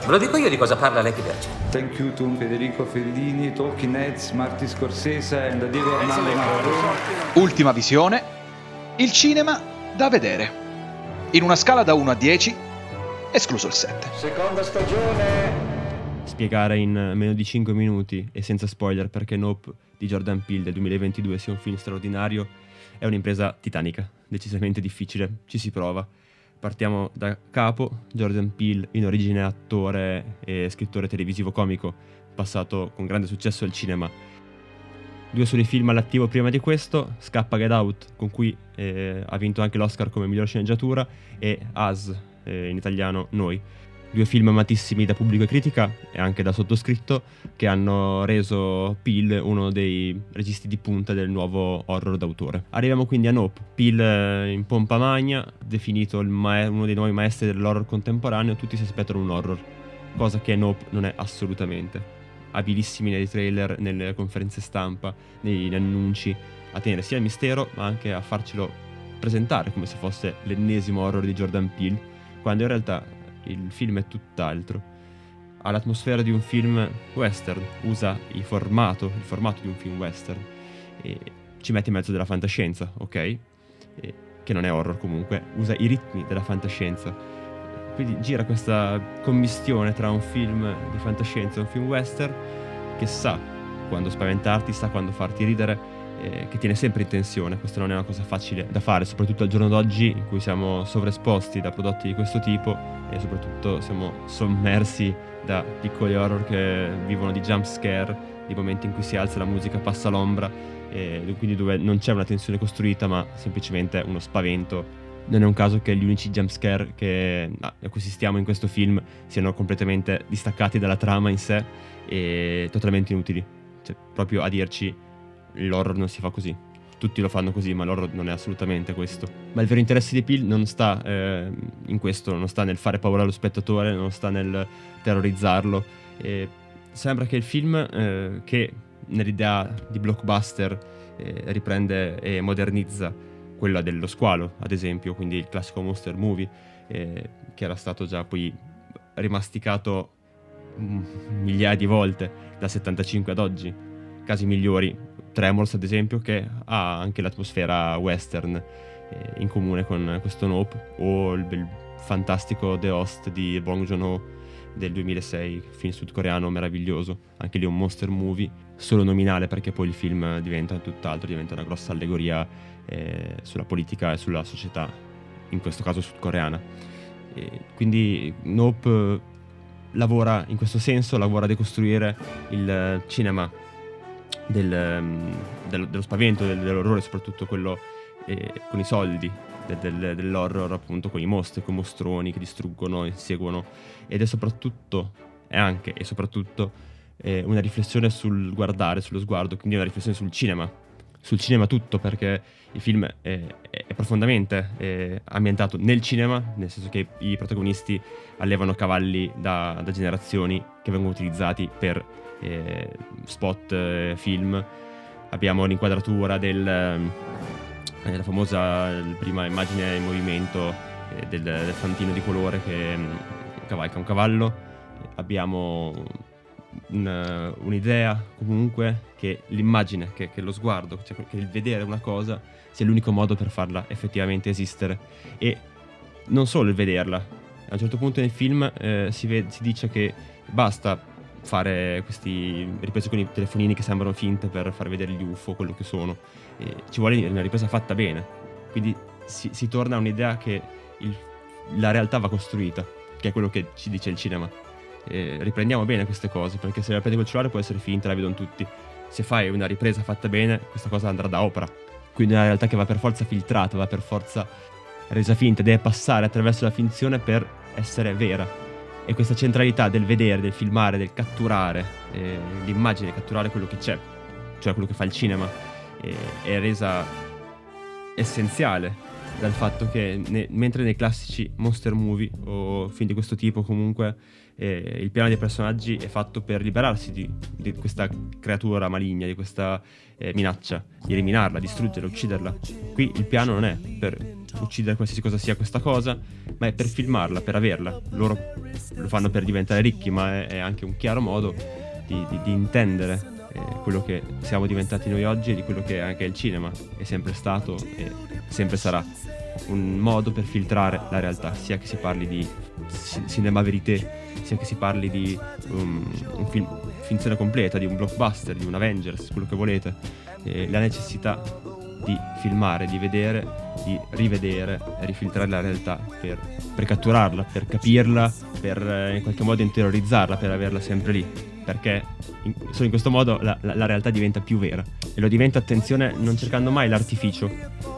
Ve lo dico io di cosa parla Lady Verge. Thank you to Federico Fellini, Talking Heads, Martin Scorsese and Diego Armando Maradona. Ultima visione, il cinema da vedere. In una scala da 1 a 10, escluso il 7. Seconda stagione. Spiegare in meno di 5 minuti e senza spoiler perché Nope di Jordan Peele del 2022 sia un film straordinario è un'impresa titanica, decisamente difficile, ci si prova. Partiamo da capo. Jordan Peele, in origine attore e scrittore televisivo comico, passato con grande successo al cinema. 2 soli film all'attivo prima di questo: Scappa, Get Out, con cui ha vinto anche l'Oscar come miglior sceneggiatura, e Us, in italiano Noi. 2 film amatissimi da pubblico e critica e anche da sottoscritto, che hanno reso Peele uno dei registi di punta del nuovo horror d'autore. Arriviamo quindi a Nope. Peele in pompa magna, definito uno dei nuovi maestri dell'horror contemporaneo. Tutti si aspettano un horror, cosa che Nope non è assolutamente. Abilissimi nei trailer, nelle conferenze stampa, negli annunci, a tenere sia il mistero ma anche a farcelo presentare come se fosse l'ennesimo horror di Jordan Peele, quando in realtà il film è tutt'altro. Ha l'atmosfera di un film western, usa il formato di un film western e ci mette in mezzo della fantascienza, ok? Che non è horror comunque, usa i ritmi della fantascienza. Quindi gira questa commistione tra un film di fantascienza e un film western che sa quando spaventarti, sa quando farti ridere, che tiene sempre in tensione. Questa non è una cosa facile da fare, soprattutto al giorno d'oggi in cui siamo sovraesposti da prodotti di questo tipo e soprattutto siamo sommersi da piccoli horror che vivono di jump scare, di momenti in cui si alza la musica, passa l'ombra, quindi dove non c'è una tensione costruita ma semplicemente uno spavento. Non è un caso che gli unici jumpscare a cui assistiamo in questo film siano completamente distaccati dalla trama in sé e totalmente inutili. Cioè, proprio a dirci, l'horror non si fa così. Tutti lo fanno così, ma l'horror non è assolutamente questo. Ma il vero interesse di Peele non sta in questo, non sta nel fare paura allo spettatore, non sta nel terrorizzarlo. Sembra che il film, che nell'idea di blockbuster riprende e modernizza quella dello squalo, ad esempio, quindi il classico monster movie, che era stato già poi rimasticato migliaia di volte dal 75 ad oggi. Casi migliori, Tremors ad esempio, che ha anche l'atmosfera western in comune con questo Nope, o il fantastico The Host di Bong Joon-ho del 2006, film sudcoreano meraviglioso, anche lì un monster movie, solo nominale perché poi il film diventa tutt'altro, diventa una grossa allegoria sulla politica e sulla società, in questo caso sudcoreana. Quindi Nope lavora in questo senso, lavora a decostruire il cinema dello spavento, dell'orrore, soprattutto quello con i soldi dell'horror, appunto con i mostri, con i mostroni che distruggono, inseguono, ed è soprattutto una riflessione sul guardare, sullo sguardo, quindi una riflessione sul cinema tutto, perché il film è profondamente ambientato nel cinema, nel senso che i protagonisti allevano cavalli da generazioni che vengono utilizzati per spot, film. Abbiamo l'inquadratura la famosa prima immagine in movimento del fantino di colore che cavalca un cavallo. Abbiamo un'idea comunque che l'immagine, che lo sguardo, cioè che il vedere una cosa sia l'unico modo per farla effettivamente esistere, e non solo il vederla. A un certo punto nel film si dice che basta fare questi riprese con i telefonini che sembrano finte per far vedere gli UFO quello che sono, ci vuole una ripresa fatta bene, quindi si torna a un'idea che la realtà va costruita, che è quello che ci dice il cinema. Riprendiamo bene queste cose, perché se la prendi col cellulare può essere finta, la vedono tutti. Se fai una ripresa fatta bene, questa cosa andrà da opera, quindi è una realtà che va per forza filtrata, va per forza resa finta, deve passare attraverso la finzione per essere vera. E questa centralità del vedere, del filmare, del catturare l'immagine, catturare quello che c'è, cioè quello che fa il cinema, è resa essenziale dal fatto che mentre nei classici monster movie o film di questo tipo comunque il piano dei personaggi è fatto per liberarsi di questa creatura maligna, di questa minaccia, di eliminarla, distruggerla, ucciderla. Qui il piano non è per uccidere qualsiasi cosa sia questa cosa, ma è per filmarla, per averla. Loro lo fanno per diventare ricchi, ma è anche un chiaro modo di intendere quello che siamo diventati noi oggi e di quello che anche il cinema è sempre stato e sempre sarà. Un modo per filtrare la realtà, sia che si parli di cinema verité, sia che si parli di un film, finzione completa, di un blockbuster, di un Avengers, quello che volete. La necessità di filmare, di vedere, di rivedere e rifiltrare la realtà per catturarla, per capirla, per in qualche modo interiorizzarla, per averla sempre lì, perché solo in questo modo la realtà diventa più vera, e lo diventa, attenzione, non cercando mai l'artificio.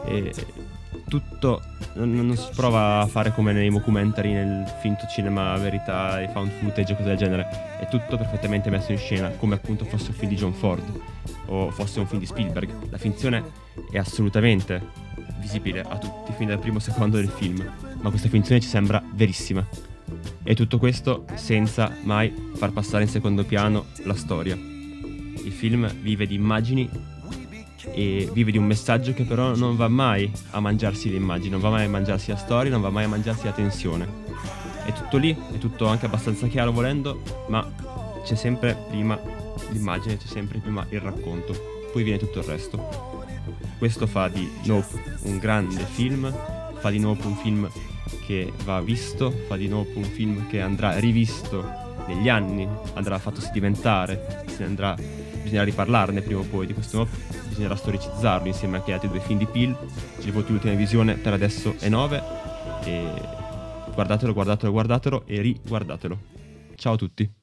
Tutto non si prova a fare come nei mockumentary, nel finto cinema verità e found footage e cose del genere. È tutto perfettamente messo in scena, come appunto fosse un film di John Ford o fosse un film di Spielberg. La finzione è assolutamente visibile a tutti fin dal primo secondo del film, ma questa finzione ci sembra verissima. E tutto questo senza mai far passare in secondo piano la storia. Il film vive di immagini e vive di un messaggio che però non va mai a mangiarsi le immagini, non va mai a mangiarsi la storia, non va mai a mangiarsi la tensione. È tutto lì, è tutto anche abbastanza chiaro volendo, ma c'è sempre prima l'immagine, c'è sempre prima il racconto, poi viene tutto il resto. Questo fa di Nope un grande film, fa di Nope un film che va visto, fa di Nope un film che andrà rivisto negli anni, andrà fatto sedimentare, bisognerà riparlarne prima o poi di questo Nope, bisognerà storicizzarlo insieme anche agli altri due film di Peele. Il voto di ultima visione per adesso è 9, e guardatelo e riguardatelo. Ciao a tutti.